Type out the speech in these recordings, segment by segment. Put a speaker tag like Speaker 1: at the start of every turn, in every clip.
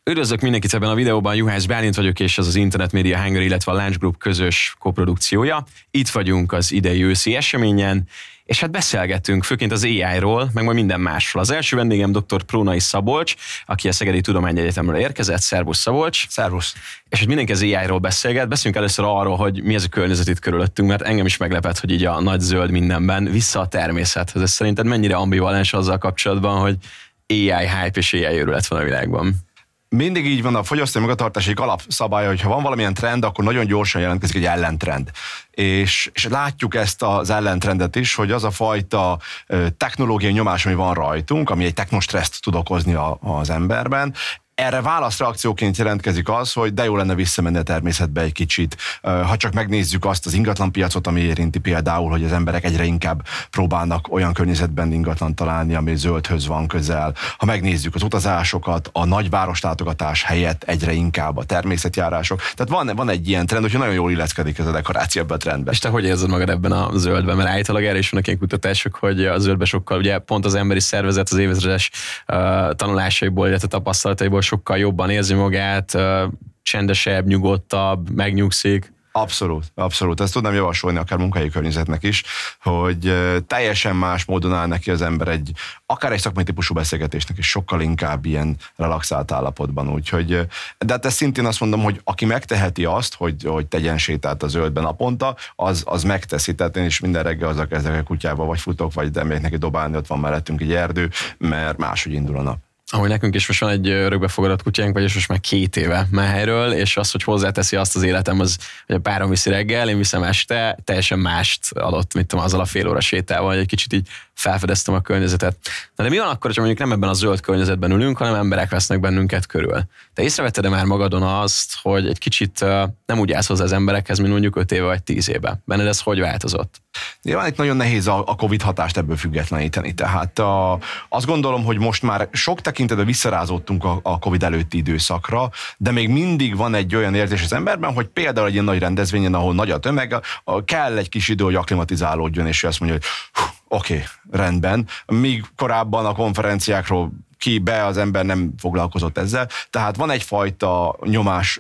Speaker 1: Üdvözlök mindenkit ebben a videóban, Juhász Bálint vagyok, és ez az Internet Media Hungary, illetve a Lunch Group közös koprodukciója. Itt vagyunk az idei őszi eseményen, és hát beszélgetünk főként az AI-ról, meg majd minden másról. Az első vendégem dr. Prónai Szabolcs, aki a Szegedi Tudományegyetemről érkezett. Szervusz, Szabolcs!
Speaker 2: Szervusz!
Speaker 1: És hogy mindenki az AI-ról beszélget, beszélünk először arról, hogy mi ez a környezet itt körülöttünk, mert engem is meglepett, hogy így a nagy zöld mindenben vissza a természethez. Ez szerinted mennyire ambivalens azzal kapcsolatban, hogy AI hype és AI őrület van a világban?
Speaker 2: Mindig így van, a fogyasztói magatartás egy alapszabálya, hogy ha van valamilyen trend, akkor nagyon gyorsan jelentkezik egy ellentrend. És látjuk ezt az ellentrendet is, hogy az a fajta technológiai nyomás, ami van rajtunk, ami egy technostresszt tud okozni az emberben, erre válaszreakcióként jelentkezik az, hogy de jó lenne visszamenni a természetbe egy kicsit. Ha csak megnézzük azt az ingatlanpiacot, ami érinti például, hogy az emberek egyre inkább próbálnak olyan környezetben ingatlan találni, ami zöldhöz van közel. Ha megnézzük az utazásokat, a nagyvároslátogatás helyett egyre inkább a természetjárások. Tehát van egy ilyen trend, hogy nagyon jól illeszkedik ez a dekoráció ebben a trendben.
Speaker 1: És te hogy érzed magad ebben a zöldben? Mert állítólag erre is vannak ilyen kutatások, hogy a zöldben sokkal, ugye pont az emberi szervezet az évezredes tanulásaiból, illetve tapasztalataiból sokkal jobban érzi magát, csendesebb, nyugodtabb, megnyugszik.
Speaker 2: Abszolút. Ezt tudnám javasolni akár munkahelyi környezetnek is, hogy teljesen más módon áll neki az ember akár egy szakmai típusú beszélgetésnek is sokkal inkább ilyen relaxált állapotban. Úgyhogy, de hát ezt szintén azt mondom, hogy aki megteheti azt, hogy tegyen sétát a zöldben naponta, az megteszi. Tehát én is minden reggel azzal kezdek, kutyával vagy futok, vagy de még neki dobálni, ott van mellettünk egy erdő, mert máshogy indul a nap.
Speaker 1: Ahogy nekünk is most van egy örökbefogadott kutyánk, vagyis most már 2 éve már helyről, és az, hogy hozzáteszi azt az életem, az, hogy a párom viszi reggel, én viszem este, teljesen mást adott, mint tudom, azzal a fél óra sétával, hogy egy kicsit így felfedeztem a környezetet. Na de mi van akkor, ha mondjuk nem ebben a zöld környezetben ülünk, hanem emberek vesznek bennünket körül? Te észrevetted már magadon azt, hogy egy kicsit nem úgy állsz hozzá az emberekhez, mint mondjuk 5 éve vagy 10 éve? Benned ez hogy változott?
Speaker 2: Nyilván itt nagyon nehéz a Covid hatást ebből függetleníteni. Tehát azt gondolom, hogy most már sok tekintetben visszarázódtunk a Covid előtti időszakra, de még mindig van egy olyan érzés az emberben, hogy például egy ilyen nagy rendezvényen, ahol nagy a tömeg, kell egy kis idő, hogy akklimatizálódjon, és azt mondja, hogy oké, rendben. Míg korábban a konferenciákról az ember nem foglalkozott ezzel. Tehát van egyfajta nyomás,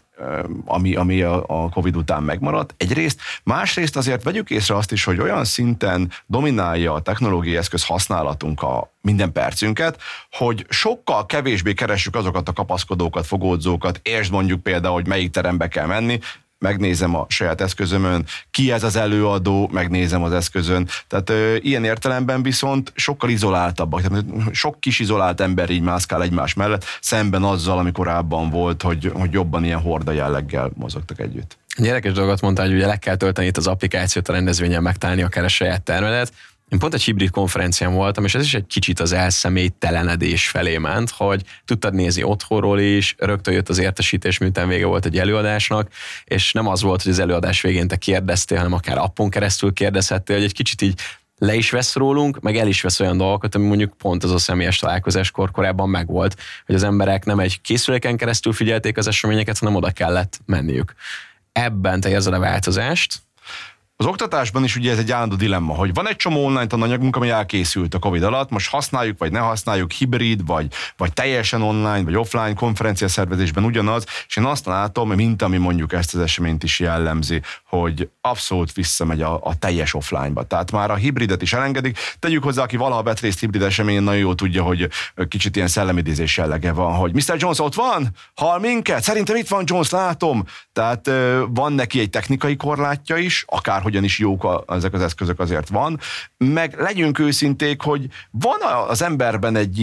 Speaker 2: ami a Covid után megmaradt egyrészt. Másrészt azért vegyük észre azt is, hogy olyan szinten dominálja a technológiai eszköz használatunk a minden percünket, hogy sokkal kevésbé keressük azokat a kapaszkodókat, fogódzókat, és mondjuk például, hogy melyik terembe kell menni, megnézem a saját eszközömön, ki ez az előadó, megnézem az eszközön. Tehát ilyen értelemben viszont sokkal izoláltabbak. Tehát sok kis izolált ember így mászkál egymás mellett, szemben azzal, ami korábban volt, hogy jobban ilyen horda jelleggel mozogtak együtt.
Speaker 1: Érdekes dolgot mondtál, hogy ugye le kell tölteni itt az applikációt a rendezvényen, megtalálni akár a saját termedet. Én pont egy hibrid konferencián voltam, és ez is egy kicsit az elszemélytelenedés felé ment, hogy tudtad nézni otthonról is, rögtön jött az értesítés, miután vége volt egy előadásnak, és nem az volt, hogy az előadás végén te kérdeztél, hanem akár appon keresztül kérdezhettél, hogy egy kicsit így le is vesz rólunk, meg el is vesz olyan dolgokat, ami mondjuk pont az a személyes találkozáskor korábban megvolt, hogy az emberek nem egy készüléken keresztül figyelték az eseményeket, hanem oda kellett menniük. Ebben te érzed a változást?
Speaker 2: Az oktatásban is ugye ez egy állandó dilemma, hogy van egy csomó online tananyagunk, ami elkészült a Covid alatt, most használjuk, vagy ne használjuk, hibrid, vagy teljesen online, vagy offline konferencia szervezésben ugyanaz, és én azt látom, mint ami mondjuk ezt az eseményt is jellemzi, hogy abszolút visszamegy a teljes offline-ba. Tehát már a hibridet is elengedik. Tegyük hozzá, aki valaha vett részt hibrid eseményen, nagyon jól tudja, hogy kicsit ilyen szellemidézés jellege van, hogy Mr. Jones ott van? Hall minket? Szerintem itt van Jones, látom. Tehát van neki egy technikai korlátja is, akár hogyan is jók ezek az eszközök azért van, meg legyünk őszinték, hogy van az emberben egy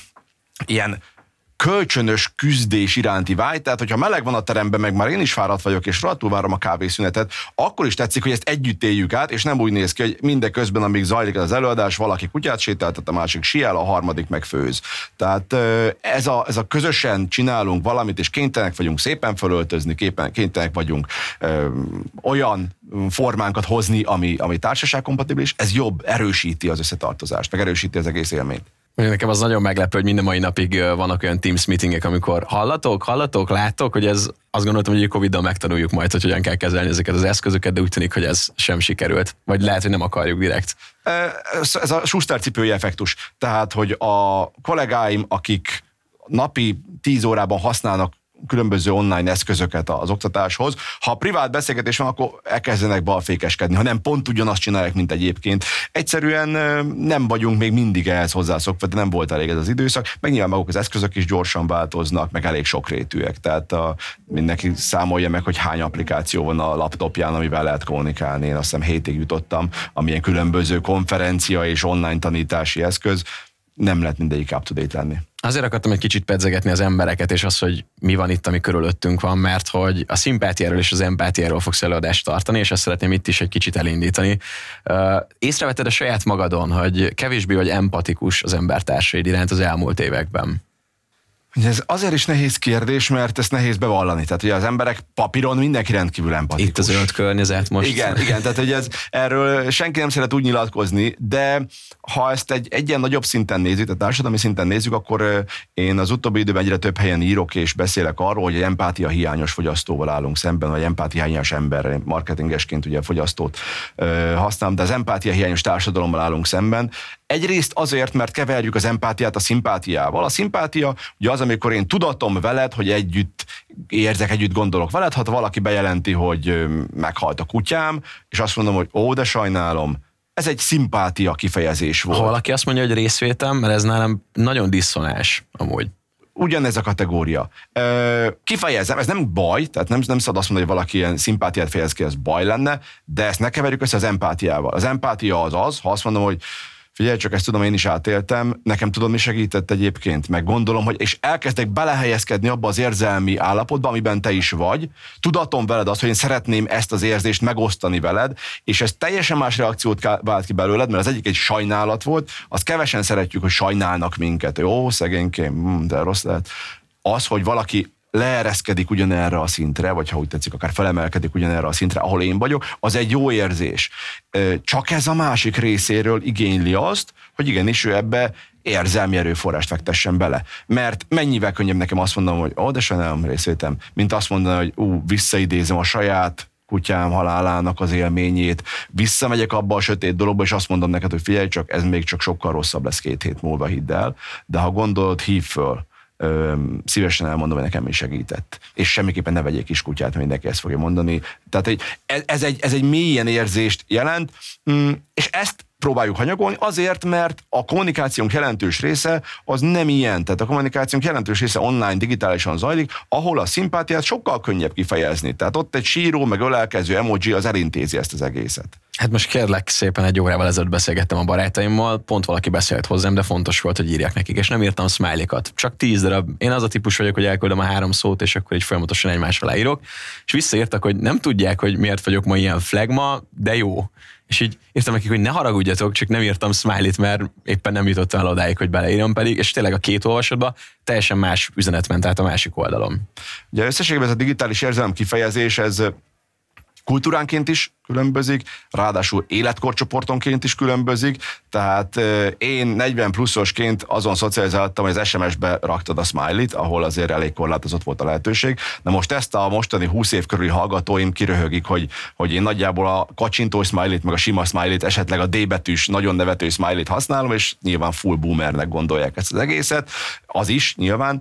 Speaker 2: ilyen kölcsönös küzdés iránti vágy, tehát hogyha meleg van a teremben, meg már én is fáradt vagyok, és rohadtul várom a kávészünetet, akkor is tetszik, hogy ezt együtt éljük át, és nem úgy néz ki, hogy mindeközben, amíg zajlik az előadás, valaki kutyát sétáltat, a másik siál, a harmadik meg főz. Tehát ez a közösen csinálunk valamit, és kénytelenek vagyunk szépen fölöltözni, kénytelenek vagyunk olyan formánkat hozni, ami társaságkompatibilis, ez jobb, erősíti az összetartozást, meg erősíti az egész élményt.
Speaker 1: Nekem az nagyon meglepő, hogy minden mai napig vannak olyan Teams meetingek, amikor hallatok, láttok, hogy ez, azt gondoltam, hogy a Covid-dal megtanuljuk majd, hogy hogyan kell kezelni ezeket az eszközöket, de úgy tűnik, hogy ez sem sikerült. Vagy lehet, hogy nem akarjuk direkt.
Speaker 2: Ez a Schuster cipője effektus. Tehát, hogy a kollégáim, akik napi 10 órában használnak különböző online eszközöket az oktatáshoz. Ha privát beszélgetés van, akkor elkezdenek balfékeskedni, ha nem pont ugyanazt csinálják, mint egyébként. Egyszerűen nem vagyunk még mindig ehhez hozzászokva, de nem volt elég ez az időszak. Meg nyilván maguk az eszközök is gyorsan változnak, meg elég sokrétűek. Tehát mindenki számolja meg, hogy hány applikáció van a laptopján, amivel lehet kommunikálni. Én azt hiszem 7-ig jutottam, amilyen különböző konferencia és online tanítási eszköz. Nem lehet mindegyik up-to-date lenni.
Speaker 1: Azért akartam egy kicsit pedzegetni az embereket, és az, hogy mi van itt, ami körülöttünk van, mert hogy a szimpátiáról és az empátiáról fogsz előadást tartani, és ezt szeretném itt is egy kicsit elindítani. Észrevetted a saját magadon, hogy kevésbé vagy empatikus az embertársaid iránt az elmúlt években?
Speaker 2: Ez azért is nehéz kérdés, mert ezt nehéz bevallani. Tehát ugye az emberek papíron mindenki rendkívül empatikus.
Speaker 1: Itt az zöld környezet most.
Speaker 2: Igen, tehát hogy erről senki nem szeret úgy nyilatkozni, de ha ezt egy ilyen nagyobb szinten nézzük, tehát társadalmi szinten nézzük, akkor én az utóbbi időben egyre több helyen írok és beszélek arról, hogy egy empátia hiányos fogyasztóval állunk szemben, vagy empátia hiányos ember, marketingesként ugye fogyasztót használom, de az empátia hiányos társadalommal állunk szemben. Egyrészt azért, mert keverjük az empátiát a szimpátiával. A szimpátia ugye az, amikor én tudatom veled, hogy együtt érzek, együtt gondolok veled, ha valaki bejelenti, hogy meghalt a kutyám, és azt mondom, hogy ó, de sajnálom, ez egy szimpátia kifejezés volt.
Speaker 1: Ha valaki azt mondja, hogy részvétem, mert ez nálam nagyon diszonás amúgy.
Speaker 2: Ugyanez a kategória. Kifejezem, ez nem baj, tehát nem szabad azt mondani, hogy valaki ilyen szimpátiát fejez ki, ez baj lenne, de ezt ne keverjük össze az empátiával. Az empátia az, ha azt mondom, hogy figyelj, csak ezt tudom, én is átéltem, nekem tudod, mi segített egyébként, meg gondolom, hogy és elkezdek belehelyezkedni abba az érzelmi állapotba, amiben te is vagy, tudatom veled azt, hogy én szeretném ezt az érzést megosztani veled, és ez teljesen más reakciót vált ki belőled, mert az egyik egy sajnálat volt, azt kevesen szeretjük, hogy sajnálnak minket, ó, szegénykém, de rossz lehet. Az, hogy valaki leereszkedik ugyanerre a szintre, vagy ha úgy tetszik, akár felemelkedik ugyanerre a szintre, ahol én vagyok, az egy jó érzés. Csak ez a másik részéről igényli azt, hogy igenis ő ebbe érzelmi erőforrást fektessen bele. Mert mennyivel könnyebb nekem azt mondanom, hogy ó, de sajnálom részvétem, mint azt mondani, hogy visszaidézem a saját kutyám halálának az élményét, visszamegyek abba a sötét dologba, és azt mondom neked, hogy figyelj csak, ez még csak sokkal rosszabb lesz 2 hét múlva, hidd el, de ha gondolod, hívd föl, szívesen elmondom, hogy nekem is segített. És semmiképpen ne vegyék kis kutyát, mert mindenki ezt fogja mondani. Tehát ez egy mélyen érzést jelent, és ezt próbáljuk hanyagolni azért, mert a kommunikációnk jelentős része az nem ilyen. Tehát a kommunikációnk jelentős része online, digitálisan zajlik, ahol a szimpátiát sokkal könnyebb kifejezni. Tehát ott egy síró, meg ölelkező emoji az elintézi ezt az egészet.
Speaker 1: Hát most kérlek szépen, 1 órával ezelőtt beszélgettem a barátaimmal, pont valaki beszélt hozzám, de fontos volt, hogy írják nekik, és nem írtam smiley-kat, csak 10 darab. Én az a típus vagyok, hogy elküldöm a 3 szót, és akkor így folyamatosan egymásra leírok, és visszaírtak, hogy nem tudják, hogy miért vagyok ma ilyen flagma, de jó. És így írtam nekik, hogy ne haragudjatok, csak nem írtam smiley-t, mert éppen nem jutottam el odáig, hogy beleírom pedig, és tényleg a 2 olvasatban teljesen más üzenet ment át a másik oldalon. Ugye
Speaker 2: összességében ez a digitális érzelem kifejezés, ez kultúránként is különbözik, ráadásul életkorcsoportonként is különbözik, tehát én 40 pluszosként azon szocializáltam, hogy az SMS-be raktad a smiley-t, ahol azért elég korlátozott volt a lehetőség. Na most ezt a mostani 20 év körüli hallgatóim kiröhögik, hogy én nagyjából a kacsintós smiley-t, meg a sima smiley-t, esetleg a D betűs, nagyon nevető smiley-t használom, és nyilván full boomernek gondolják ezt az egészet, az is nyilván,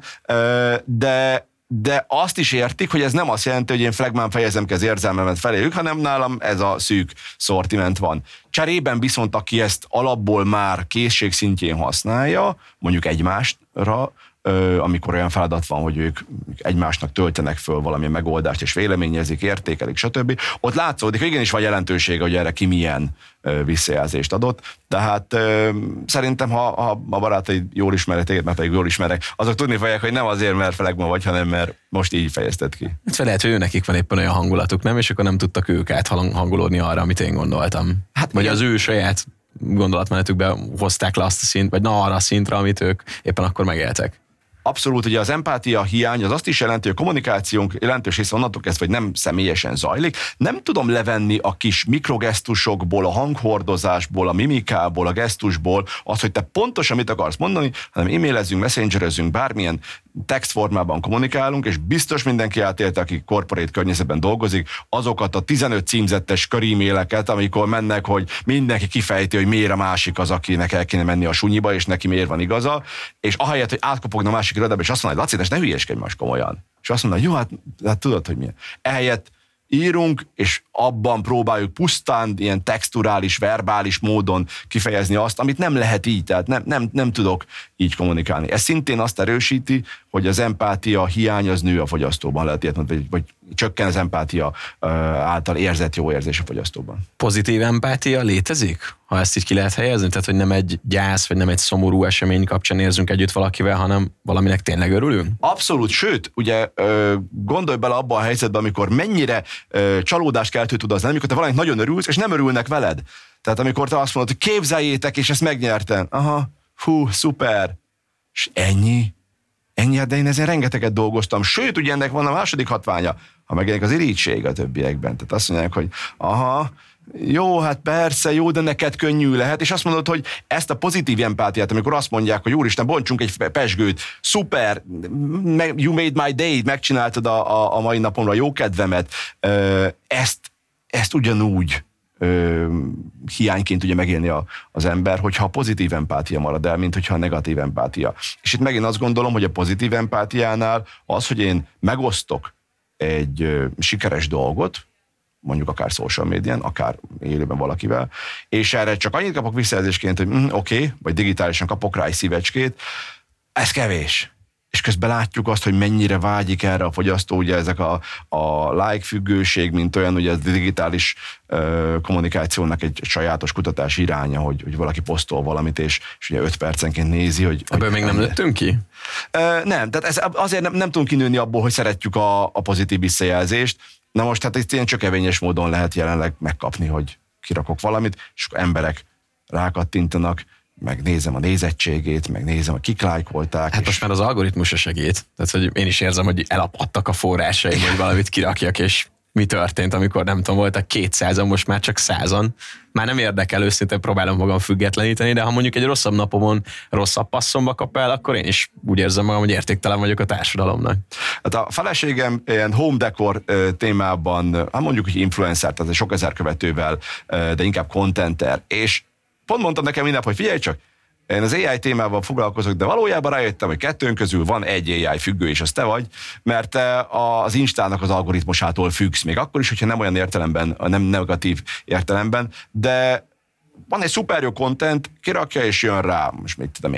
Speaker 2: de azt is értik, hogy ez nem azt jelenti, hogy én flagmán fejezem ki az érzelmemet feléjük, hanem nálam ez a szűk szortiment van. Cserében viszont aki ezt alapból már készség szintjén használja, mondjuk egymásra, amikor olyan feladat van, hogy ők egymásnak töltenek föl valami megoldást, és véleményezik, értékelik, stb. Ott látszódik, hogy igenis van jelentősége, hogy erre ki milyen visszajelzést adott. Tehát szerintem, ha a barátaid jól ismerek, téged meg pedig jól ismerek, azok tudni fogják, hogy nem azért, mert flagma vagy, hanem mert most így fejezted ki. Hát lehet, hogy nekik van éppen olyan hangulatuk, nem? És akkor nem tudtak ők áthangolódni arra, amit én gondoltam. Hát vagy igen. Az ő saját gondolatmenetükbe hozták le azt a szint, vagy arra a szintre, amit ők éppen akkor megéltek. Abszolút, ugye az empátia hiány az azt is jelenti, hogy a kommunikációnk jelentős része onnantól kezdve, hogy nem személyesen zajlik. Nem tudom levenni a kis mikrogesztusokból, a hanghordozásból, a mimikából, a gesztusból azt, hogy te pontosan mit akarsz mondani, hanem e-mailezünk, messengerezünk, bármilyen textformában kommunikálunk, és biztos mindenki átélte, aki corporate környezetben dolgozik, azokat a 15 címzettes kör-e-maileket, amikor mennek, hogy mindenki kifejti, hogy miért a másik az, akinek el kéne menni a sunyiba, és neki miért van igaza, és ahelyett, hogy átkopogna a másik másik irodában, és azt mondja, hogy Laci, ne hülyéskedj most komolyan. És azt mondja, jó, hát tudod, hogy milyen. Ehelyett írunk, és abban próbáljuk pusztán ilyen texturális, verbális módon kifejezni azt, amit nem lehet így, tehát nem tudok így kommunikálni. Ez szintén azt erősíti, hogy az empátia hiány az nő a fogyasztóban, lehet ilyet mondani, vagy csökken az empátia által érzett jó érzés a fogyasztóban.
Speaker 1: Pozitív empátia létezik? Ha ezt így ki lehet helyezni? Tehát, hogy nem egy gyász, vagy nem egy szomorú esemény kapcsán érzünk együtt valakivel, hanem valaminek tényleg örülünk?
Speaker 2: Abszolút, sőt, ugye gondolj bele abba a helyzetbe, amikor mennyire csalódást keltő tud az lenni, amikor te valamit nagyon örülsz, és nem örülnek veled. Tehát amikor te azt mondod, hogy képzeljétek, és ezt megnyertem. Aha, hú, szuper. És ennyi, hát de én ezen rengeteget dolgoztam. Sőt, ugye ennek van a második hatványa, ha megjelenik az irigység a többiekben. Tehát azt mondják, hogy aha, jó, hát persze, jó, de neked könnyű lehet, és azt mondod, hogy ezt a pozitív empátiát, amikor azt mondják, hogy úristen, bontsunk egy pezsgőt, szuper, you made my day, megcsináltad a mai napomra jó kedvemet, ezt ugyanúgy hiányként tudja megélni az ember, hogyha a pozitív empátia marad el, mint hogyha a negatív empátia. És itt megint azt gondolom, hogy a pozitív empátiánál az, hogy én megosztok egy sikeres dolgot, mondjuk akár social médián, akár élőben valakivel, és erre csak annyit kapok visszajelzésként, hogy oké, vagy digitálisan kapok rá egy szívecskét, ez kevés. És közben látjuk azt, hogy mennyire vágyik erre a fogyasztó, ugye ezek a like függőség, mint olyan, ugye a digitális kommunikációnak egy sajátos kutatás iránya, hogy valaki posztol valamit, és ugye 5 percenként nézi, hogy...
Speaker 1: Ebből még nem lőttünk ki?
Speaker 2: Nem, tehát azért nem tudunk kinőni abból, hogy szeretjük a pozitív visszajelzést. Na most hát itt ilyen csökevényes módon lehet jelenleg megkapni, hogy kirakok valamit, és akkor emberek rákattintanak, megnézem a nézettségét, megnézem, a kik lájkolták.
Speaker 1: Hát most már az algoritmus a segít. Tehát, hogy én is érzem, hogy elapadtak a forrásaim, hogy valamit kirakjak, és mi történt, amikor nem tudom, voltak 200-an, most már csak 100-an. Már nem érdekel, őszintén próbálom magam függetleníteni, de ha mondjuk egy rosszabb napomon rosszabb passzomba kap el, akkor én is úgy érzem magam, hogy értéktelen vagyok a társadalomnak. Hát
Speaker 2: a feleségem ilyen home decor témában, hát mondjuk, hogy influencer, tehát sok ezer követővel, de inkább contenter, és pont mondtam nekem mindennap, hogy figyelj csak, én az AI témával foglalkozok, de valójában rájöttem, hogy kettőnk közül van egy AI függő, és az te vagy, mert te az Instának az algoritmusától függsz, még akkor is, hogyha nem olyan értelemben, nem negatív értelemben, de van egy szuper jó content, kirakja és jön rá, most még tudom én,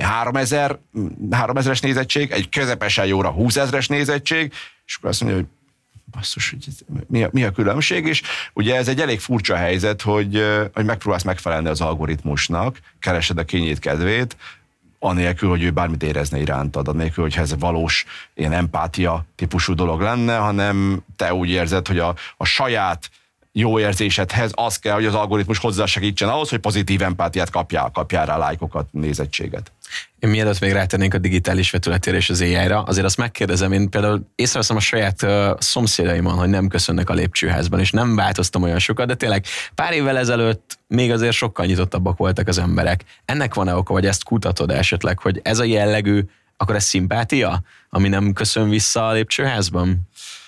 Speaker 2: 3000-es nézettség, egy közepesen jóra 20 000-es nézettség, és akkor azt mondja, hogy basszus, hogy mi a különbség, és ugye ez egy elég furcsa helyzet, hogy megpróbálsz megfelelni az algoritmusnak, keresed a kényét kedvét, anélkül, hogy ő bármit érezne irántad, anélkül, hogy ez valós ilyen empátia típusú dolog lenne, hanem te úgy érzed, hogy a saját jó érzésedhez az kell, hogy az algoritmus hozzásegítsen ahhoz, hogy pozitív empátiát kapjál rá lájkokat, nézettséget.
Speaker 1: Én mielőtt még rátennénk a digitális vetületére és az AI-ra, azért azt megkérdezem, én például észreveszem a saját szomszédaimon, hogy nem köszönnek a lépcsőházban, és nem változtam olyan sokat, de tényleg pár évvel ezelőtt még azért sokkal nyitottabbak voltak az emberek. Ennek van-e oka, vagy ezt kutatod esetleg, hogy ez a jellegű, akkor ez szimpátia, ami nem köszön vissza a lépcsőházban?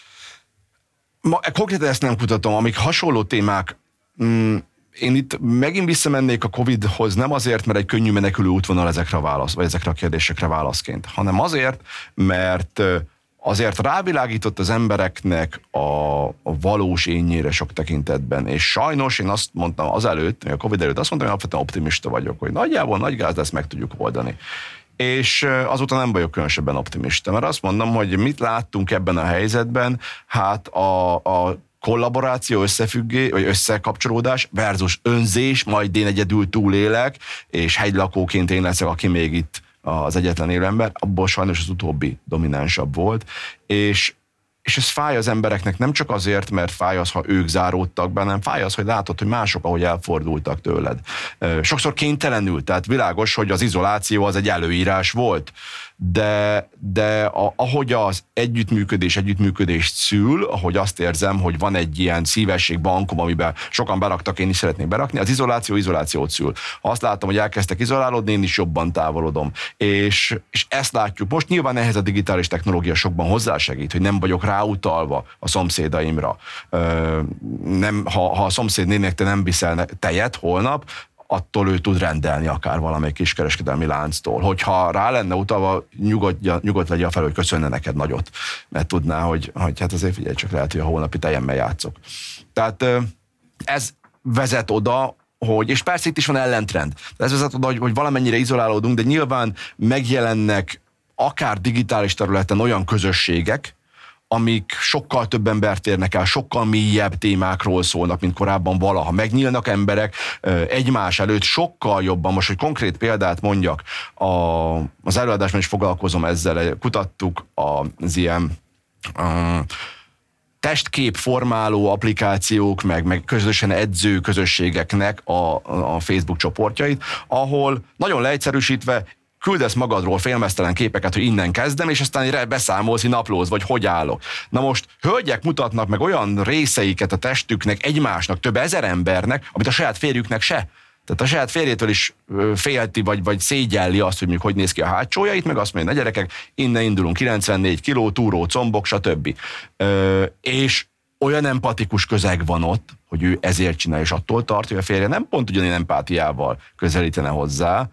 Speaker 2: Konkrétan ezt nem kutatom, amik hasonló témák, én itt megint visszamennék a Covid-hoz, nem azért, mert egy könnyű menekülő útvonal ezekre a válasz, vagy ezekre a kérdésekre válaszként, hanem azért, mert azért rávilágított az embereknek a valós énnyére sok tekintetben, és sajnos én azt mondtam azelőtt, a Covid előtt azt mondtam, hogy alapvetően optimista vagyok, hogy nagyjából nagy gáz, de ezt meg tudjuk oldani. És azóta nem vagyok különösebben optimista, mert azt mondom, hogy mit láttunk ebben a helyzetben, hát a kollaboráció, vagy összekapcsolódás versus önzés, majd én egyedül túlélek, és hegylakóként én leszek, aki még itt az egyetlen élő ember, abból sajnos az utóbbi dominánsabb volt, és ez fáj az embereknek nem csak azért, mert fáj az, ha ők záródtak be, hanem fáj az, hogy látod, hogy mások, ahogy elfordultak tőled. Sokszor kénytelenül, tehát világos, hogy az izoláció az egy előírás volt, de ahogy az együttműködést szül, ahogy azt érzem, hogy van egy ilyen szívességbankom, amiben sokan beraktak, én is szeretnék berakni, az izolációt szül. Ha azt látom, hogy elkezdtek izolálódni, én is jobban távolodom. És ezt látjuk. Most nyilván ehhez a digitális technológia sokban hozzásegít, hogy nem vagyok ráutalva a szomszédaimra. Ha a szomszéd néninek te nem viszel tejet holnap, attól ő tud rendelni akár valamelyik kiskereskedelmi lánctól. Hogyha rá lenne utalva, nyugodt legyen fel, hogy köszönne neked nagyot, mert tudná, hogy hát azért figyelj csak, lehet, hogy a holnapi tejemmel játszok. Tehát ez vezet oda, hogy, és persze itt is van ellentrend. Ez vezet oda, hogy valamennyire izolálódunk, de nyilván megjelennek akár digitális területen olyan közösségek, amik sokkal több embert érnek el, sokkal mélyebb témákról szólnak, mint korábban valaha. Megnyílnak emberek egymás előtt sokkal jobban. Most, hogy konkrét példát mondjak, az előadásban is foglalkozom ezzel, kutattuk az ilyen testképformáló applikációk, meg közösen edző közösségeknek a Facebook csoportjait, ahol nagyon leegyszerűsítve küldesz magadról félmeztelen képeket, hogy innen kezdem, és aztán beszámolsz, naplóz, vagy hogy állok. Na most hölgyek mutatnak meg olyan részeiket a testüknek, egymásnak, több ezer embernek, amit a saját férjüknek se. Tehát a saját férjétől is félti, vagy szégyelli azt, hogy hogy néz ki a hátsójait, meg azt mondja, na gyerekek, innen indulunk, 94 kiló, túró, combok, stb. És olyan empatikus közeg van ott, hogy ő ezért csinál, és attól tart, hogy a férje nem pont ugyanilyen empátiával közelítene hozzá,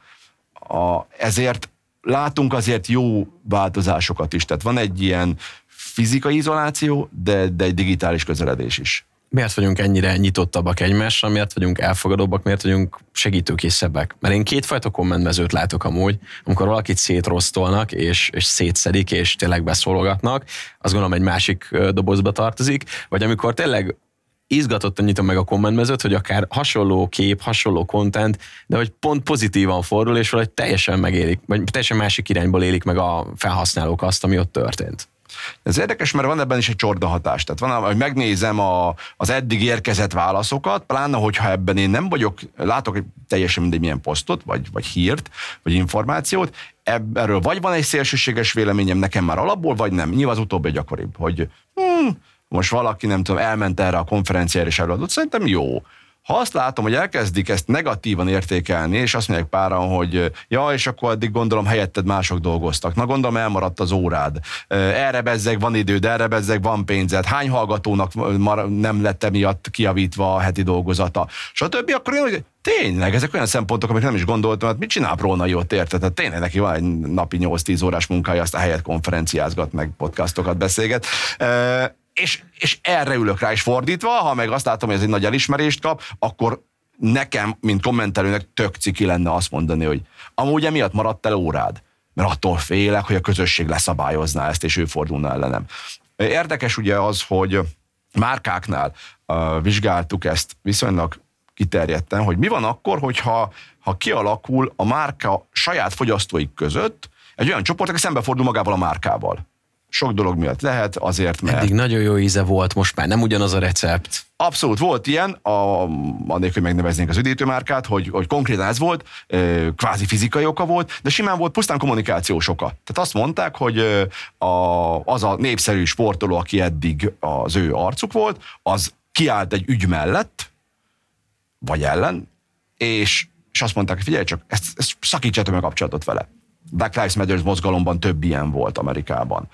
Speaker 2: ezért látunk azért jó változásokat is. Tehát van egy ilyen fizikai izoláció, de egy digitális közeledés is.
Speaker 1: Miért vagyunk ennyire nyitottabbak egymásra, miért vagyunk elfogadóbbak, miért vagyunk segítőkészebbek? Mert én kétfajta kommentmezőt látok amúgy, amikor valakit szétrosztolnak, és szétszedik, és tényleg beszólogatnak, azt gondolom egy másik dobozba tartozik, vagy amikor tényleg izgatottan nyitom meg a kommentmezőt, hogy akár hasonló kép, hasonló content, de hogy pont pozitívan fordul, és valahogy teljesen megélik, vagy teljesen másik irányból élik meg a felhasználók azt, ami ott történt.
Speaker 2: Ez érdekes, mert van ebben is egy csordahatás. Tehát van, hogy megnézem az eddig érkezett válaszokat, pláne, hogyha ebben én nem vagyok, látok egy teljesen mindegy milyen posztot, vagy hírt, vagy információt, erről vagy van egy szélsőséges véleményem nekem már alapból, vagy nem. Nyilván az utóbbi gyakoribb, hogy most valaki, nem tudom, elment erre a konferenciára és előadott, szerintem jó. Ha azt látom, hogy elkezdik ezt negatívan értékelni, és azt mondják páran, hogy ja, és akkor addig gondolom helyetted mások dolgoztak. Na gondolom elmaradt az órád. Erre bezzeg van időd, erre bezzeg van pénzed. Hány hallgatónak nem lett emiatt kijavítva a heti dolgozata? Stb. Akkor én, hogy tényleg, ezek olyan szempontok, amik nem is gondoltam, hát mit csinál Brónai ott, érted? Tehát tényleg neki van egy napi 8-10 órás munkája, azt a helyet konferenciázgat, meg podcastokat beszélget. És erre ülök rá, és fordítva, ha meg azt látom, hogy ez egy nagy elismerést kap, akkor nekem, mint kommentelőnek tök ciki lenne azt mondani, hogy amúgy emiatt maradt el órád, mert attól félek, hogy a közösség leszabályozná ezt, és ő fordulna ellenem. Érdekes ugye az, hogy márkáknál vizsgáltuk ezt viszonylag kiterjedten, hogy mi van akkor, hogyha kialakul a márka saját fogyasztóik között egy olyan csoport, aki szembefordul magával a márkával. Sok dolog miatt lehet, azért, mert...
Speaker 1: Eddig nagyon jó íze volt, most már nem ugyanaz a recept.
Speaker 2: Abszolút volt ilyen, annélkül, hogy megneveznénk az üdítőmárkát, hogy konkrétan ez volt, kvázi fizikai oka volt, de simán volt pusztán kommunikációs oka. Tehát azt mondták, hogy az a népszerű sportoló, aki eddig az ő arcuk volt, az kiállt egy ügy mellett, vagy ellen, és azt mondták, hogy figyelj csak, ezt szakítsátok meg a kapcsolatot vele. Black Lives Matter mozgalomban több ilyen volt Amerikában,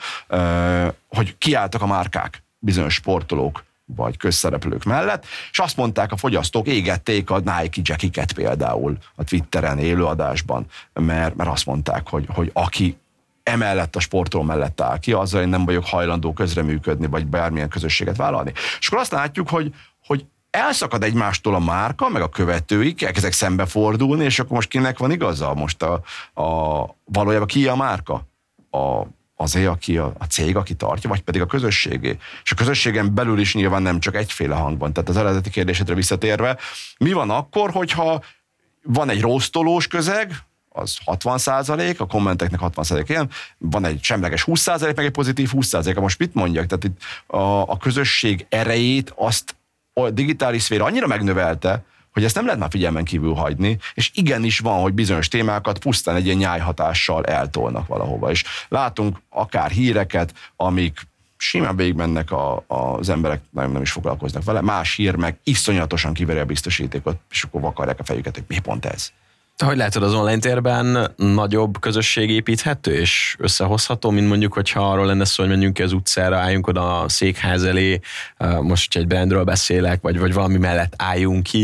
Speaker 2: hogy kiálltak a márkák, bizonyos sportolók vagy közszereplők mellett, és azt mondták a fogyasztók, égették a Nike jackiket például a Twitteren élőadásban, mert azt mondták, hogy aki emellett a sportoló mellett áll ki, azzal én nem vagyok hajlandó közreműködni, vagy bármilyen közösséget vállalni. És akkor azt látjuk, hogy elszakad egymástól a márka, meg a követőik, elkezdek szembefordulni, és akkor most kinek van igaza? Most valójában ki a márka? Azért, aki a cég, aki tartja, vagy pedig a közösségé. És a közösségen belül is nyilván nem csak egyféle hang van. Tehát az eredeti kérdésedre visszatérve, mi van akkor, hogyha van egy rossztolós közeg, az 60%, a kommenteknek 60% ilyen, van egy semleges 20%, meg egy pozitív 20%. Most mit mondjak? Tehát itt a közösség erejét azt a digitális szféra annyira megnövelte, hogy ezt nem lehet már figyelmen kívül hagyni, és igenis van, hogy bizonyos témákat pusztán egy ilyen nyájhatással eltolnak valahova. És látunk akár híreket, amik simán végigmennek az emberek, nem is foglalkoznak vele, más hír meg iszonyatosan kiveri a biztosítékot, és akkor vakarják a fejüket, hogy mi pont ez.
Speaker 1: Hogy látod, az online térben nagyobb közösség építhető és összehozható, mint mondjuk, hogyha arról lenne szó, hogy menjünk ki az utcára, álljunk oda a székház elé, most, hogyha egy brandről beszélek, vagy valami mellett álljunk ki,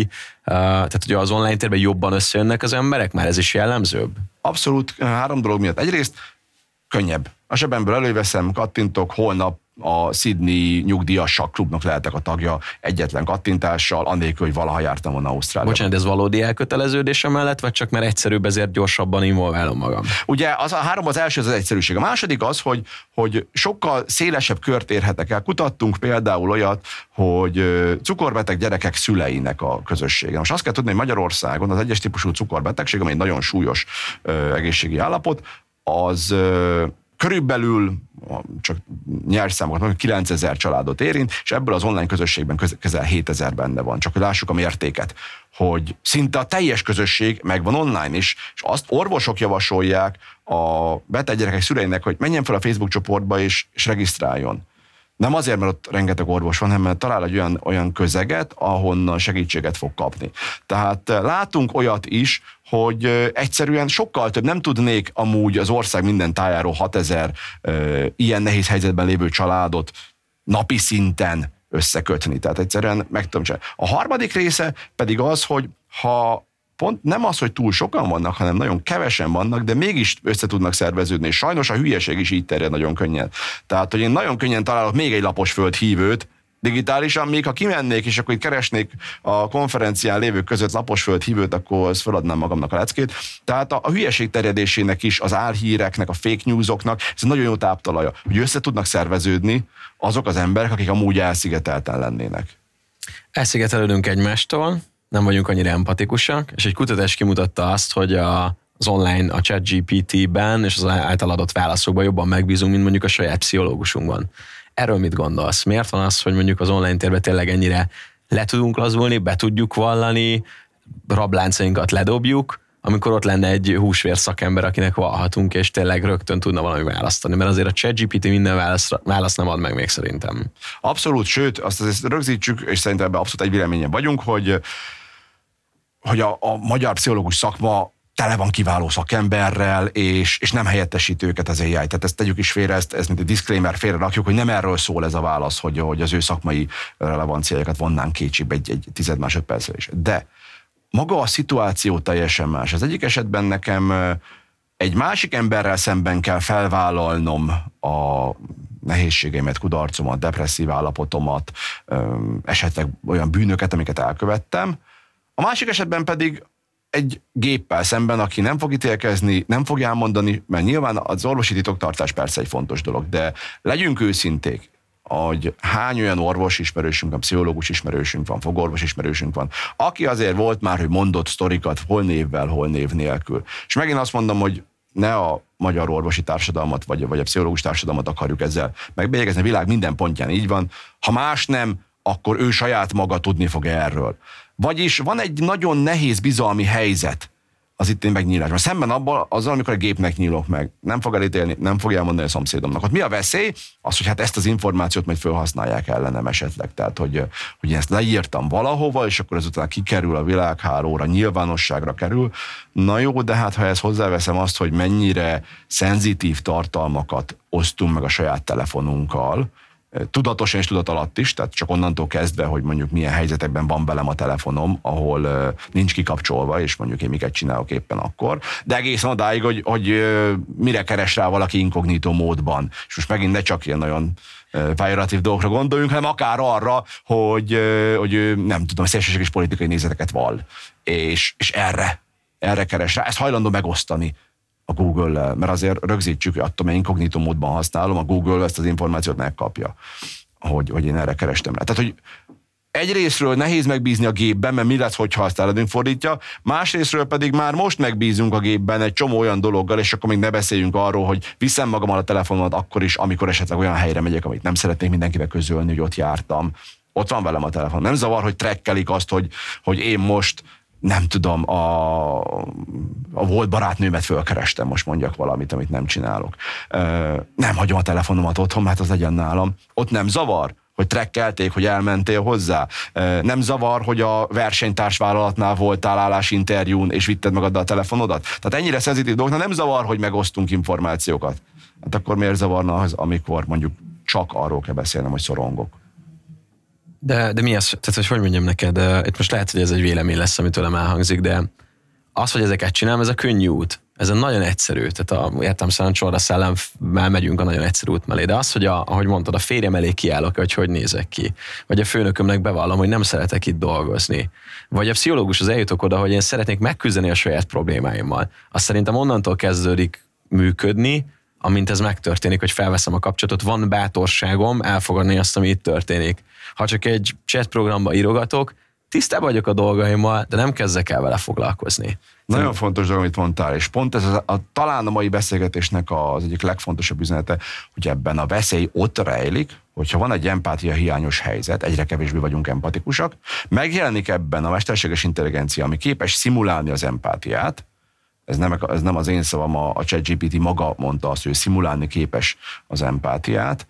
Speaker 1: Tehát ugye az online térben jobban összejönnek az emberek, már ez is jellemzőbb?
Speaker 2: Abszolút 3 dolog miatt. Egyrészt könnyebb. A zsebemből előveszem, kattintok, holnap a Sydney nyugdíjas sakklubnak lehetek a tagja egyetlen kattintással, annélkül, hogy valaha jártam volna Ausztráliában.
Speaker 1: Bocsánat, ez valódi elköteleződése mellett, vagy csak mert egyszerűbb, ezért gyorsabban involválom magam?
Speaker 2: Ugye a 3 az első, az egyszerűség. A második az, hogy sokkal szélesebb kört érhetek el. Kutattunk például olyat, hogy cukorbeteg gyerekek szüleinek a közössége. Most azt kell tudni, hogy Magyarországon az egyes típusú cukorbetegség, ami egy nagyon súlyos egészségi állapot, az körülbelül, csak nyers számokat mondjuk, 9000 családot érint, és ebből az online közösségben közel 7000 benne van. Csak hogy lássuk a mértéket, hogy szinte a teljes közösség megvan online is, és azt orvosok javasolják a beteg gyerekek szüleinek, hogy menjen fel a Facebook csoportba és regisztráljon. Nem azért, mert ott rengeteg orvos van, hanem mert talál egy olyan közeget, ahonnan segítséget fog kapni. Tehát látunk olyat is, hogy egyszerűen sokkal több, nem tudnék amúgy az ország minden tájáról 6000 ilyen nehéz helyzetben lévő családot napi szinten összekötni. Tehát egyszerűen meg tudom csinálni. A harmadik része pedig az, hogy ha pont nem az, hogy túl sokan vannak, hanem nagyon kevesen vannak, de mégis össze tudnak szerveződni, és sajnos a hülyeség is így terjed nagyon könnyen. Tehát, hogy én nagyon könnyen találok még egy lapos földhívőt digitálisan, még ha kimennék, és akkor itt keresnék a konferencián lévők között lapos földhívőt, akkor azt feladnám magamnak a leckét. Tehát a hülyeség terjedésének is, az álhíreknek, a fake newsoknak, ez nagyon jó táptalaja, hogy össze tudnak szerveződni azok az emberek, akik amúgy elszigetelten lennének.
Speaker 1: Elszigetelődünk egymástól, nem vagyunk annyira empatikusak, és egy kutatás kimutatta azt, hogy az online, a ChatGPT-ben és az által adott válaszokban jobban megbízunk, mint mondjuk a saját pszichológusunkban. Erről mit gondolsz? Miért van az, hogy mondjuk az online térben tényleg ennyire le tudunk lazulni, be tudjuk vallani, rabláncainkat ledobjuk, amikor ott lenne egy húsvér szakember, akinek vallhatunk, és tényleg rögtön tudna valami választani, mert azért a ChatGPT minden választ nem ad meg még szerintem.
Speaker 2: Abszolút, sőt, azt azért rögzítsük, és szerintem ebben abszolút egy véleményen vagyunk, hogy a magyar pszichológus szakma tele van kiváló szakemberrel, és nem helyettesít őket az AI. Tehát ezt tegyük is félre, ezt mint egy disclaimer félre rakjuk, hogy nem erről szól ez a válasz, hogy az ő szakmai relevanciájukat vonnánk kétségbe egy 10 másodpercre is. De maga a szituáció teljesen más. Az egyik esetben nekem egy másik emberrel szemben kell felvállalnom a nehézségeimet, kudarcomat, depresszív állapotomat, esetleg olyan bűnöket, amiket elkövettem. A másik esetben pedig egy géppel szemben, aki nem fog ítélkezni, nem fog elmondani, mert nyilván az orvosi titoktartás persze egy fontos dolog, de legyünk őszinték, hogy hány olyan orvos ismerősünk van, pszichológus ismerősünk van, fogorvos ismerősünk van, aki azért volt már, hogy mondott sztorikat, hol névvel, hol név nélkül. És megint azt mondom, hogy ne a magyar orvosi társadalmat, vagy a pszichológus társadalmat akarjuk ezzel megbélyegezni, a világ minden pontján így van. Ha más nem, akkor ő saját maga tudni fog erről. Vagyis van egy nagyon nehéz bizalmi helyzet az itteni megnyílásban. Szemben azzal, amikor a gépnek nyílok meg, nem fog elítélni, nem fogja elmondani a szomszédomnak. Ott mi a veszély? Az, hogy hát ezt az információt majd felhasználják ellenem esetleg. Tehát, hogy én ezt leírtam valahova, és akkor ezután kikerül a világhálóra, nyilvánosságra kerül. Na jó, de hát ha ezt hozzáveszem azt, hogy mennyire szenzitív tartalmakat osztunk meg a saját telefonunkkal, tudatosan és tudat alatt is, tehát csak onnantól kezdve, hogy mondjuk milyen helyzetekben van velem a telefonom, ahol nincs kikapcsolva, és mondjuk én miket csinálok éppen akkor, de egészen odáig, hogy mire keres rá valaki inkognitó módban. És most megint ne csak ilyen nagyon pejoratív dolgokra gondoljunk, hanem akár arra, hogy ő nem tudom, szélsőséges politikai nézeteket vall, és erre keres rá. Ezt hajlandó megosztani a Google-lel, mert azért rögzítsük, hogy attól, mert inkognitó módban használom, a Google ezt az információt megkapja, hogy én erre kerestem rá. Tehát, hogy egyrészről nehéz megbízni a gépben, mert mi lesz, hogyha azt eredünk fordítja, másrészről pedig már most megbízunk a gépben egy csomó olyan dologgal, és akkor még ne beszéljünk arról, hogy viszem magammal a telefonomat akkor is, amikor esetleg olyan helyre megyek, amit nem szeretnék mindenkivel közölni, hogy ott jártam. Ott van velem a telefon. Nem zavar, hogy trekkelik azt, hogy én most nem tudom, a volt barátnőmet fölkerestem, most mondjak valamit, amit nem csinálok. Nem hagyom a telefonomat otthon, hát az legyen nálam. Ott nem zavar, hogy trekkelték, hogy elmentél hozzá. Nem zavar, hogy a versenytársvállalatnál voltál állásinterjún, és vitted magaddal a telefonodat. Tehát ennyire szenzitív dolgoknál nem zavar, hogy megosztunk információkat. Hát akkor miért zavarna az, amikor mondjuk csak arról kell beszélnem, hogy szorongok?
Speaker 1: De mi az, tehát hogy mondjam neked, itt most lehet, hogy ez egy vélemény lesz, ami tőlem elhangzik, de az, hogy ezeket csinálom, ez a könnyű út. Ez a nagyon egyszerű. Tehát értelemszerűen Csorda szellemmel megyünk a nagyon egyszerű út mellé. De az, hogy ahogy mondtad, a férjem elé kiállok, hogy nézek ki. Vagy a főnökömnek bevallom, hogy nem szeretek itt dolgozni. Vagy a pszichológus az eljutok oda, hogy én szeretnék megküzdeni a saját problémáimmal. Azt szerintem onnantól kezdődik működni, amint ez megtörténik, hogy felveszem a kapcsolatot, van bátorságom elfogadni azt, ami itt történik. Ha csak egy chat programba írogatok, tisztában vagyok a dolgaimmal, de nem kezdek el vele foglalkozni.
Speaker 2: Nagyon fontos dolog, amit mondtál, és pont ez talán a mai beszélgetésnek az egyik legfontosabb üzenete, hogy ebben a veszély ott rejlik, hogyha van egy empátia hiányos helyzet, egyre kevésbé vagyunk empatikusak, megjelenik ebben a mesterséges intelligencia, ami képes szimulálni az empátiát, ez nem az én szavam, a ChatGPT maga mondta azt, hogy szimulálni képes az empátiát,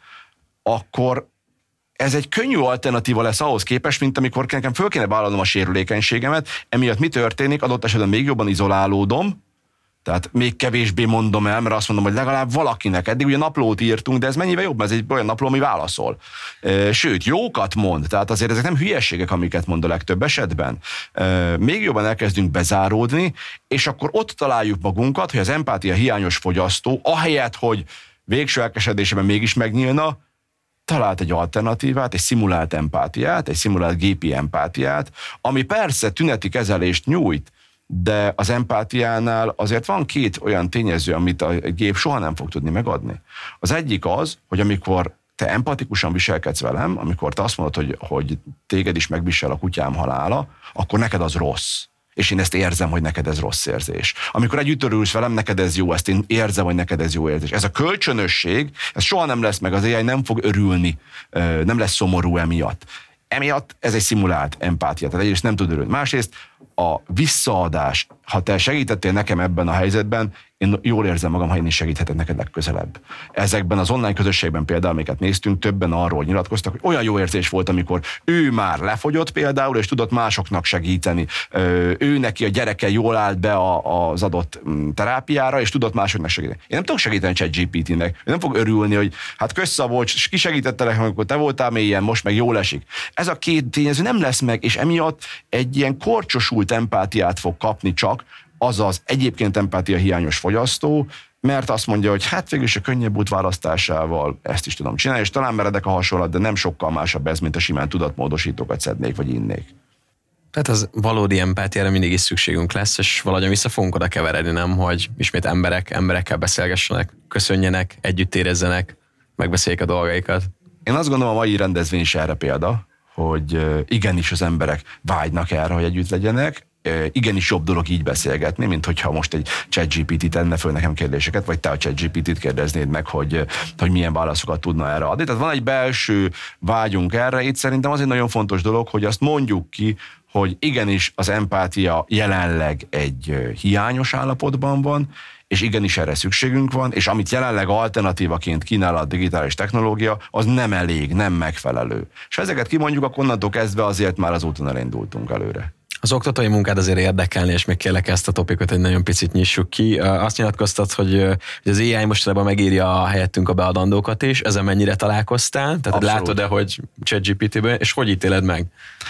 Speaker 2: akkor ez egy könnyű alternatíva lesz ahhoz képest, mint amikor nekem föl kéne vállalnom a sérülékenységemet, emiatt mi történik, adott esetben még jobban izolálódom, tehát még kevésbé mondom el, mert azt mondom, hogy legalább valakinek. Eddig ugye naplót írtunk, de ez mennyivel jobb, ez egy olyan napló, ami válaszol. Sőt, jókat mond, tehát azért ezek nem hülyeségek, amiket mond a legtöbb esetben. Még jobban elkezdünk bezáródni, és akkor ott találjuk magunkat, hogy az empátia hiányos fogyasztó, ahelyett, hogy végső elkesedésében mégis megnyílna, talált egy alternatívát, egy szimulált empátiát, egy szimulált gépi empátiát, ami persze tüneti kezelést nyújt, de az empátiánál azért van két olyan tényező, amit a gép soha nem fog tudni megadni. Az egyik az, hogy amikor te empatikusan viselkedsz velem, amikor te azt mondod, hogy téged is megvisel a kutyám halála, akkor neked az rossz. És én ezt érzem, hogy neked ez rossz érzés. Amikor együtt örülsz velem, neked ez jó, ezt én érzem, hogy neked ez jó érzés. Ez a kölcsönösség, ez soha nem lesz meg, az AI nem fog örülni, nem lesz szomorú emiatt. Emiatt ez egy szimulált empátia, tehát egyrészt nem tud örülni. Másrészt a visszaadás, ha te segítettél nekem ebben a helyzetben, én jól érzem magam, ha én is segíthetek neked legközelebb. Ezekben az online közösségben például, amiket néztünk, többen arról nyilatkoztak, hogy olyan jó érzés volt, amikor ő már lefogyott például, és tudott másoknak segíteni. Ő neki a gyereke jól állt be az adott terápiára, és tudott másoknak segíteni. Én nem tudok segíteni ChatGPT-nek. Ő nem fog örülni, hogy hát Szabolcs, ki segítette nekem, amikor te voltál mélyen, most meg jól esik. Ez a két tényező nem lesz meg, és emiatt egy ilyen korcsosult empátiát fog kapni csak, azaz egyébként empátia hiányos fogyasztó, mert azt mondja, hogy hát végülis a könnyebb út választásával ezt is tudom csinálni, és talán meredek a hasonlat, de nem sokkal másabb ez, mint a simán tudatmódosítókat szednék, vagy innék.
Speaker 1: Tehát az valódi empátiára mindig is szükségünk lesz, és valahogyan vissza fogunk oda keveredni, nem, hogy ismét emberekkel beszélgessenek, köszönjenek, együtt érezzenek, megbeszéljék a dolgaikat.
Speaker 2: Én azt gondolom, a mai rendezvény is erre példa, hogy igenis az emberek vágynak erre, hogy együtt legyenek, igenis jobb dolog így beszélgetni, mint hogyha most egy ChatGPT tenne föl nekem kérdéseket, vagy te a ChatGPT-t kérdeznéd meg, hogy milyen válaszokat tudna erre adni. Tehát van egy belső vágyunk erre, itt szerintem az egy nagyon fontos dolog, hogy azt mondjuk ki, hogy igenis az empátia jelenleg egy hiányos állapotban van, és igenis erre szükségünk van, és amit jelenleg alternatívaként kínál a digitális technológia, az nem elég, nem megfelelő. És ha ezeket kimondjuk, akkor onnantól kezdve azért már az úton elindultunk előre.
Speaker 1: Az oktatói munkád azért érdekelni, és még kérlek ezt a topikot egy nagyon picit nyissuk ki. Azt nyilatkoztat, hogy az AI mostanában megírja helyettünk a beadandókat is, ezen mennyire találkoztál? Tehát abszolút. Látod-e, hogy ChatGPT-ben, és hogy ítéled meg?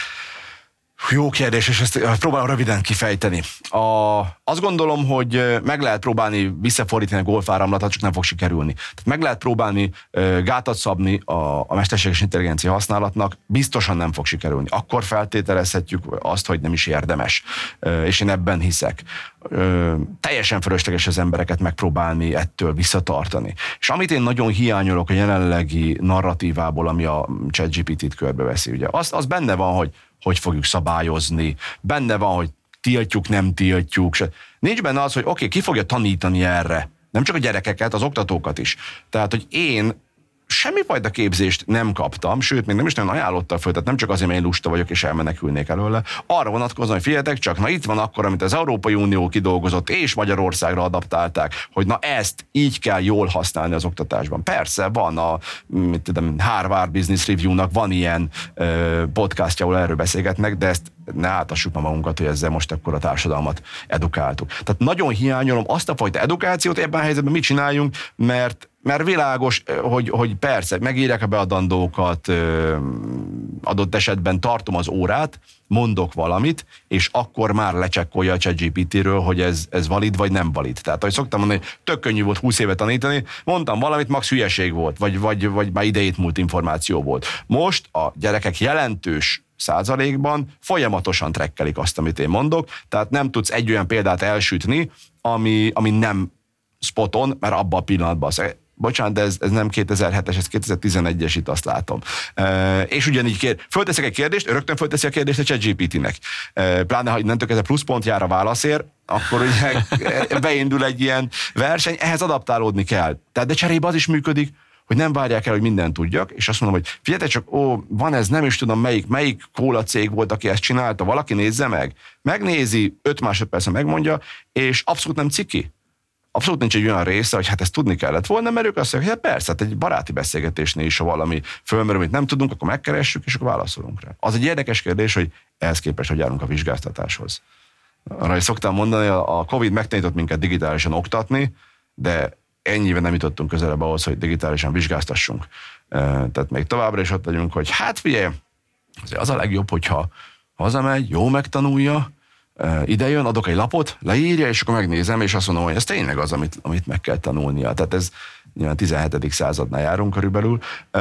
Speaker 2: Jó kérdés, és ezt próbálom röviden kifejteni. Azt gondolom, hogy meg lehet próbálni visszafordítani a golfáramlatot, csak nem fog sikerülni. Tehát meg lehet próbálni gátat szabni a mesterséges intelligencia használatnak, biztosan nem fog sikerülni. Akkor feltételezhetjük azt, hogy nem is érdemes. És én ebben hiszek. Teljesen fölösleges az embereket megpróbálni ettől visszatartani. És amit én nagyon hiányolok a jelenlegi narratívából, ami a ChatGPT-t körbeveszi, ugye, az benne van, hogy fogjuk szabályozni, benne van, hogy tiltjuk, nem tiltjuk. Nincs benne az, hogy oké, ki fogja tanítani erre. Nem csak a gyerekeket, az oktatókat is. Tehát, hogy én semmifajta képzést nem kaptam, sőt, még nem is nagyon ajánlottam föl, tehát nem csak azért, mert én lusta vagyok és elmenekülnék előle. Arra vonatkozóan, hogy figyeljetek csak, na itt van akkor, amit az Európai Unió kidolgozott, és Magyarországra adaptálták, hogy na ezt így kell jól használni az oktatásban. Persze, van a Harvard Business Review-nak van ilyen podcastja, ahol erről beszélgetnek, de ezt ne átassuk ma magunkat, hogy ezzel most akkor a társadalmat edukáltuk. Tehát nagyon hiányolom azt a fajta edukációt, ebben a helyzetben mit csináljunk, mert világos, hogy persze, megírják a beadandókat, adott esetben tartom az órát, mondok valamit, és akkor már lecsekkolja a ChatGPT-ről, hogy ez valid vagy nem valid. Tehát, ahogy szoktam mondani, tök könnyű volt 20 éve tanítani, mondtam valamit, max hülyeség volt, vagy már idejét múlt információ volt. Most a gyerekek jelentős százalékban folyamatosan trekkelik azt, amit én mondok, tehát nem tudsz egy olyan példát elsütni, ami nem spoton, mert abban a pillanatban bocsánat, de ez nem 2007-es, ez 2011-es, itt azt látom. És ugyanígy fölteszek egy kérdést, rögtön fölteszi a kérdést a ChatGPT-nek. Pláne, ha innentől kezdve pluszpont jár a válaszért, akkor ugye beindul egy ilyen verseny, ehhez adaptálódni kell. Tehát de cserébe az is működik, hogy nem várják el, hogy mindent tudjak, és azt mondom, hogy figyeljetek csak, van ez, nem is tudom melyik kóla cég volt, aki ezt csinálta, valaki nézze meg. Megnézi, 5 másodpercen megmondja, és abszolút nem ciki. Abszolút nincs egy olyan része, hogy hát ezt tudni kellett volna, mert ők azt mondják, hogy hát persze, hát egy baráti beszélgetésnél is, ha valami fölmerül, amit nem tudunk, akkor megkeressük, és akkor válaszolunk rá. Az egy érdekes kérdés, hogy ehhez képest, hogy járunk a vizsgáztatáshoz. Arra is szoktam mondani, a Covid megtanított minket digitálisan oktatni, de ennyiben nem jutottunk közelebb ahhoz, hogy digitálisan vizsgáztassunk. Tehát még továbbra is ott vagyunk, hogy hát figyelj, az a legjobb, hogyha hazamegy, jó megtanulja, ide jön, adok egy lapot, leírja, és akkor megnézem, és azt mondom, hogy ez tényleg az, amit meg kell tanulnia. Tehát ez nyilván 17. századnál járunk körülbelül.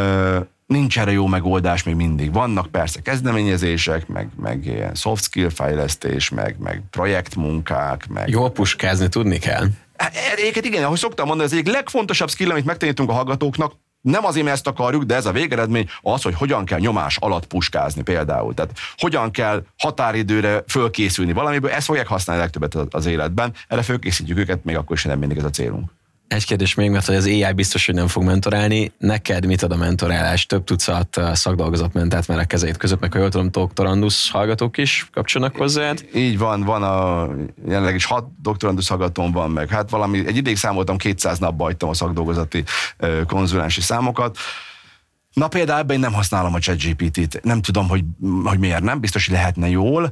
Speaker 2: Nincs erre jó megoldás még mindig. Vannak persze kezdeményezések, meg ilyen soft skill fejlesztés, meg projektmunkák, meg...
Speaker 1: Jól puskázni tudni kell.
Speaker 2: Egyébként igen, ahogy szoktam mondani, ez egyik legfontosabb skill, amit megtanítunk a hallgatóknak, nem azért, mert ezt akarjuk, de ez a végeredmény az, hogy hogyan kell nyomás alatt puskázni például. Tehát hogyan kell határidőre fölkészülni valamiből, ezt fogják használni legtöbbet az életben, erre fölkészítjük őket, még akkor is nem mindig ez a célunk.
Speaker 1: Egy kérdés még, mert hogy az AI biztos, hogy nem fog mentorálni. Neked mit ad a mentorálás? Több tucat szakdolgozat ment át már a kezeid között, meg ha jól tudom, doktorandusz hallgatók is kapcsolnak hozzád?
Speaker 2: Így van jelenleg is 6 doktorandusz hallgatóm van, meg hát egy ideig számoltam, 200 napba hagytam a szakdolgozati konzulensi számokat. Na például ebben én nem használom a ChatGPT-t, nem tudom, hogy miért nem, biztos, hogy lehetne jól.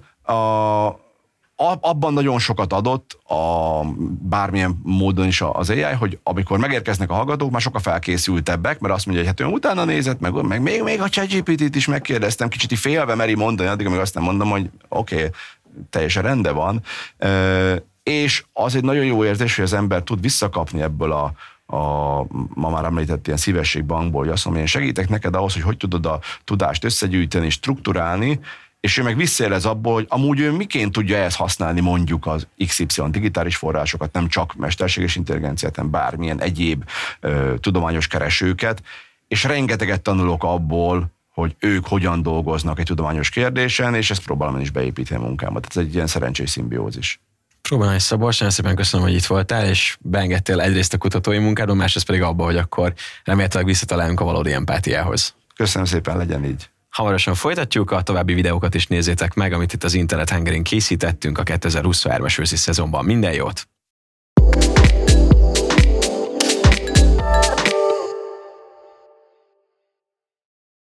Speaker 2: Abban nagyon sokat adott bármilyen módon is az AI, hogy amikor megérkeznek a hallgatók, már sokkal felkészültebbek, mert azt mondja, hogy hát olyan utána nézett, meg még a ChatGPT-t is megkérdeztem, kicsit félve meri mondani, addig, amíg azt nem mondom, hogy oké, teljesen rendben van. És az egy nagyon jó érzés, hogy az ember tud visszakapni ebből a ma már említett ilyen szívességbankból, hogy azt mondom, én segítek neked ahhoz, hogy tudod a tudást összegyűjteni, strukturálni, és ő meg visszajelez abból, hogy amúgy ő miként tudja ezt használni mondjuk az XY digitális forrásokat, nem csak mesterséges intelligenciát, hanem bármilyen egyéb tudományos keresőket, és rengeteget tanulok abból, hogy ők hogyan dolgoznak egy tudományos kérdésen, és ezt próbálom is beépíteni a munkámat. Ez egy ilyen szerencsés szimbiózis.
Speaker 1: Próbálom, Szabolcs, nagyon szépen köszönöm, hogy itt voltál, és beengedtél egyrészt a kutatói munkádon, másrészt pedig abba, hogy akkor remélhetőleg visszatalálunk a valódi empátiához.
Speaker 2: Köszönöm szépen, legyen így.
Speaker 1: Hamarosan folytatjuk, a további videókat is nézzétek meg, amit itt az Internet Hungary'n készítettünk a 2023-as őszi szezonban. Minden jót!